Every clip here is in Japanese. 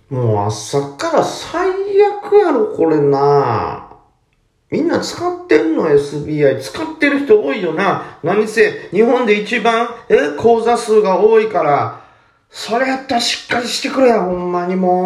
もう朝から最悪やろ、これな。みんな使ってんの SBI。使ってる人多いよな。何せ、日本で一番、口座数が多いから。それやったらしっかりしてくれや、ほんまにも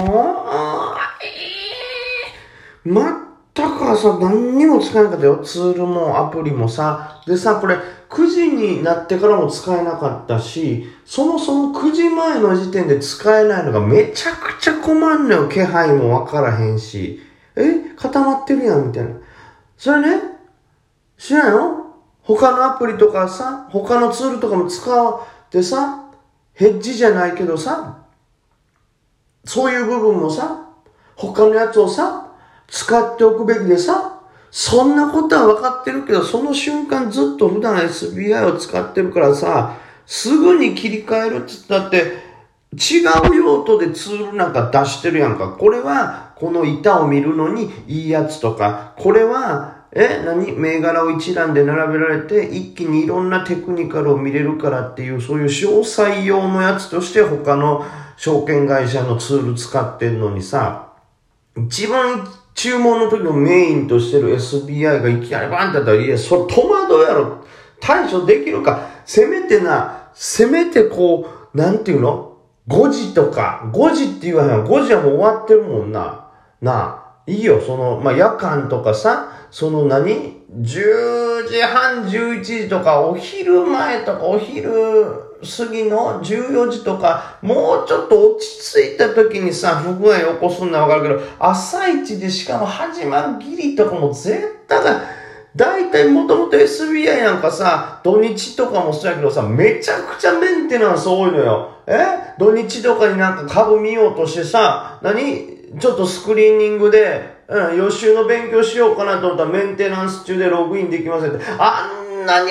う。全く朝何にも使えなかったよ。ツールもアプリもさ。でさ、これ、9時になってからも使えなかったし、そもそも9時前の時点で使えないのがめちゃくちゃ困んのよ。気配もわからへんし。固まってるやん、みたいな。それね、知らんよ。他のアプリとかさ、他のツールとかも使ってさ、ヘッジじゃないけどさ、そういう部分もさ、他のやつをさ、使っておくべきでさ、そんなことは分かってるけど、その瞬間ずっと普段 SBI を使ってるからさ、すぐに切り替えるって言ったって、違う用途でツールなんか出してるやんか。これは、この板を見るのにいいやつとか、これは、銘柄を一覧で並べられて、一気にいろんなテクニカルを見れるからっていう、そういう詳細用のやつとして他の証券会社のツール使ってんのにさ、一番注文の時のメインとしてる SBI がいきなりバンってやったら、いや、それ戸惑うやろ。対処できるか。せめてこう、なんていうの ?5 時とか、5時って言わへん。5時はもう終わってるもんな。いいよ、夜間とかさ、10時半、11時とか、お昼前とか、お昼過ぎの14時とか、もうちょっと落ち着いた時にさ、不具合起こすんなわかるけど、朝一でしかも始まるギリとかも絶対だいたいもともと SBI なんかさ、土日とかもそうやけどさ、めちゃくちゃメンテナンス多いのよ。土日とかになんか株見ようとしてさ、ちょっとスクリーニングで、予習の勉強しようかなと思ったらメンテナンス中でログインできませんって。あんな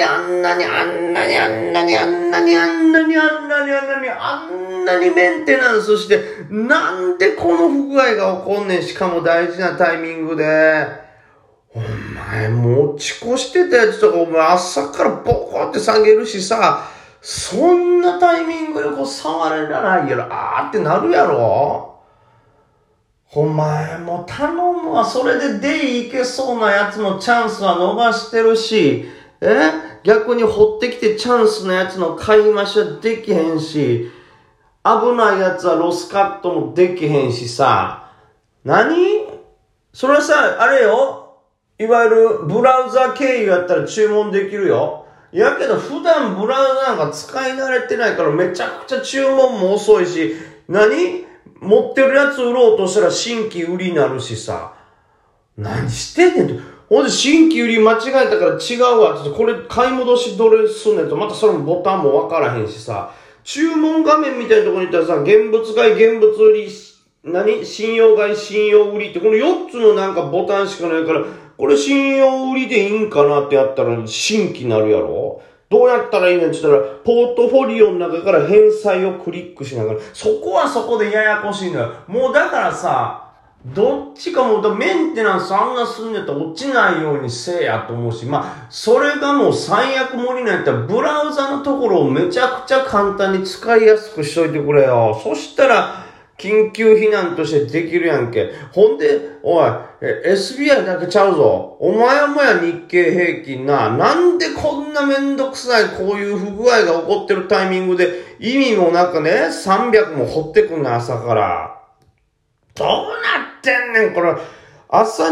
にメンテナンスして、なんでこの不具合が起こんねん。しかも大事なタイミングで。お前持ち越してたやつとかお前朝からボコって下げるしさ、そんなタイミングでこう触れらないやろ。あーってなるやろ。お前も頼むわ。それでデイいけそうなやつのチャンスは逃してるし、逆に掘ってきてチャンスのやつの買い増しはできへんし、危ないやつはロスカットもできへんしさ。それはさ、あれよ。いわゆるブラウザ経由やったら注文できるよ。やけど普段ブラウザなんか使い慣れてないからめちゃくちゃ注文も遅いし、持ってるやつ売ろうとしたら新規売りになるしさ。何してんねんと。ほんで新規売り間違えたから違うわって、これ買い戻しどれすんねんと、またそれもボタンもわからへんしさ。注文画面みたいなところに行ったらさ、現物買い、現物売り、信用買い、信用売りって、この4つのなんかボタンしかないから、これ信用売りでいいんかなってやったら新規になるやろ。どうやったらいいねんって言ったら、ポートフォリオの中から返済をクリックしながら、そこはそこでややこしいのよ。もうだからさ、どっちかもメンテナンスあんなすんねやったら落ちないようにせえやと思うし、それがもう最悪盛りなんやったら、ブラウザのところをめちゃくちゃ簡単に使いやすくしといてくれよ。そしたら、緊急避難としてできるやんけ。ほんで、おい、SBI だけちゃうぞ。お前もや日経平均な。なんでこんなめんどくさいこういう不具合が起こってるタイミングで、意味もなんかね、300も掘ってくんな、朝から。どうなってんねん、これ。朝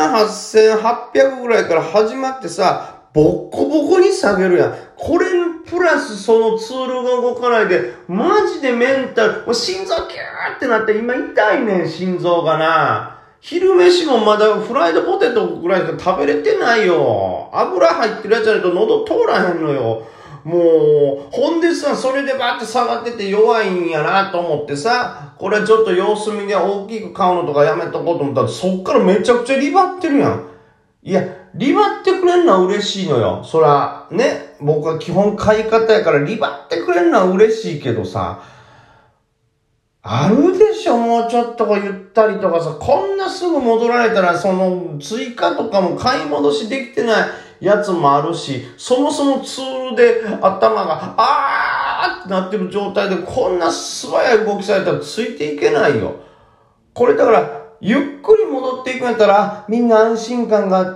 28,800ぐらいから始まってさ、ボッコボコに下げるやん。これプラスそのツールが動かないで、マジでメンタル、もう心臓キューってなって今痛いねん、心臓がな。昼飯もまだフライドポテトぐらいしか食べれてないよ。油入ってるやつじゃないと喉通らへんのよ。もう、ほんでさ、それでバーって下がってて弱いんやなと思ってさ、これちょっと様子見で大きく買うのとかやめとこうと思ったら、そっからめちゃくちゃリバってるやん。いや、リバってくれんのは嬉しいのよ。そら、ね、僕は基本買い方やからリバってくれんのは嬉しいけどさ、あるでしょ、もうちょっとゆったりとかさ、こんなすぐ戻られたら、追加とかも買い戻しできてないやつもあるし、そもそもツールで頭が、ってなってる状態で、こんな素早い動きされたらついていけないよ。 これだから、ゆっくり戻っていくんやったら、みんな安心感があって、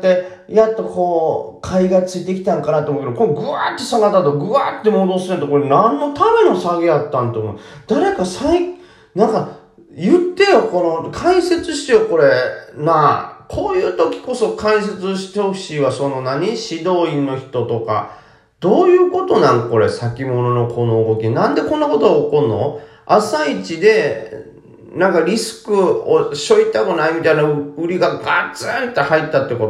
やっとこう、買いがついてきたんかなと思うけど、このぐわーって下がったと、ぐわーって戻すんやと、これ何のための下げやったんと思う。誰かなんか、言ってよ、解説してよ、これ。なあ、こういう時こそ解説してほしいわ、指導員の人とか。どういうことなんこれ、先物のこの動き。なんでこんなことが起こんの？朝一で、なんかリスクをしょいたくないみたいな売りがガツンって入ったってこと？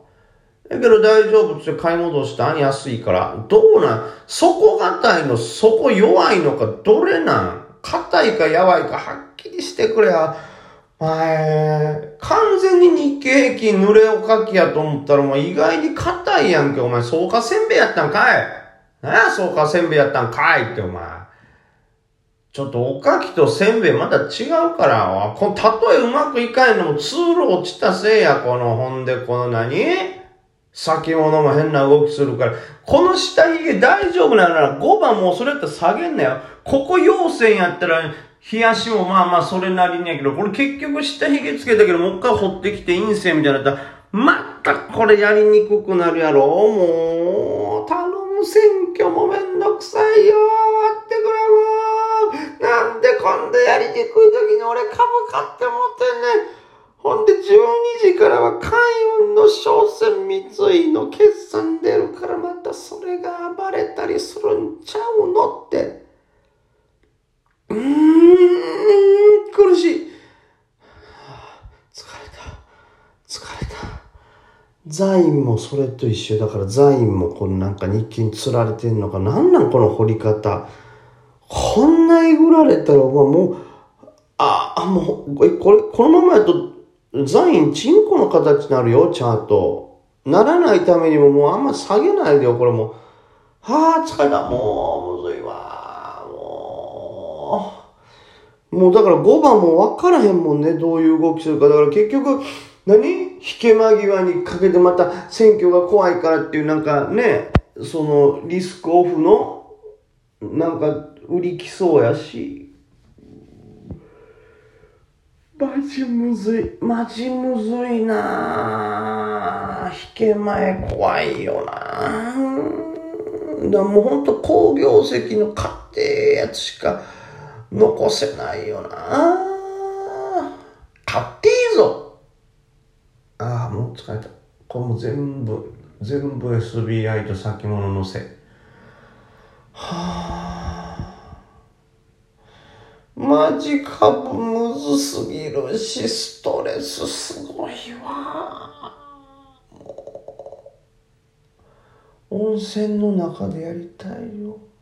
だけど大丈夫って買い戻したん？安いから。どうなん？底堅いの？底弱いのか？どれなん？硬いか弱いかはっきりしてくれや。完全に日経平均濡れおかきやと思ったらもう意外に硬いやんけ。お前、草加せんべいやったんかい。何や、草加せんべいやったんかいってお前。ちょっとおかきとせんべいまた違うから。この例えうまくいかんのも通路落ちたせいや。ほんで先物も変な動きするから。この下髭大丈夫なら5番もうそれやったら下げんなよ。ここ陽線やったら、冷やしもまあまあそれなりにやけど、これ結局下髭つけたけど、もう一回掘ってきて陰線みたいになったら、またこれやりにくくなるやろ。もう、頼む選挙もめんどくさいよ。終わってくれもう。なんでこんなやりにくい時に俺株買って持ってんねん。ほんで12時からは海運の商船三井の決算出るからまたそれが暴れたりするんちゃうのって。苦しい。疲れた。財員もそれと一緒だから、財員もこのなんか日記に釣られてんのか。なんなんこの掘り方。こんなえぐられたら、もう、このままやと、財員チンコの形になるよ、チャート。ならないためにももうあんま下げないでよ、これもう。疲れた。もう、むずいわ。もうだから5番も分からへんもんね、どういう動きするか。だから結局、引け間際にかけてまた選挙が怖いからっていうなんかね、リスクオフの、なんか売りきそうやし。マジむずいなぁ。引け前怖いよなぁ。もうほんと好業績の買ってやつしか残せないよなぁ。買っていいぞ。もう疲れた。これも全部 SBI と先物のせい。マジ株むずすぎるし、ストレスすごいわ。もう、温泉の中でやりたいよ。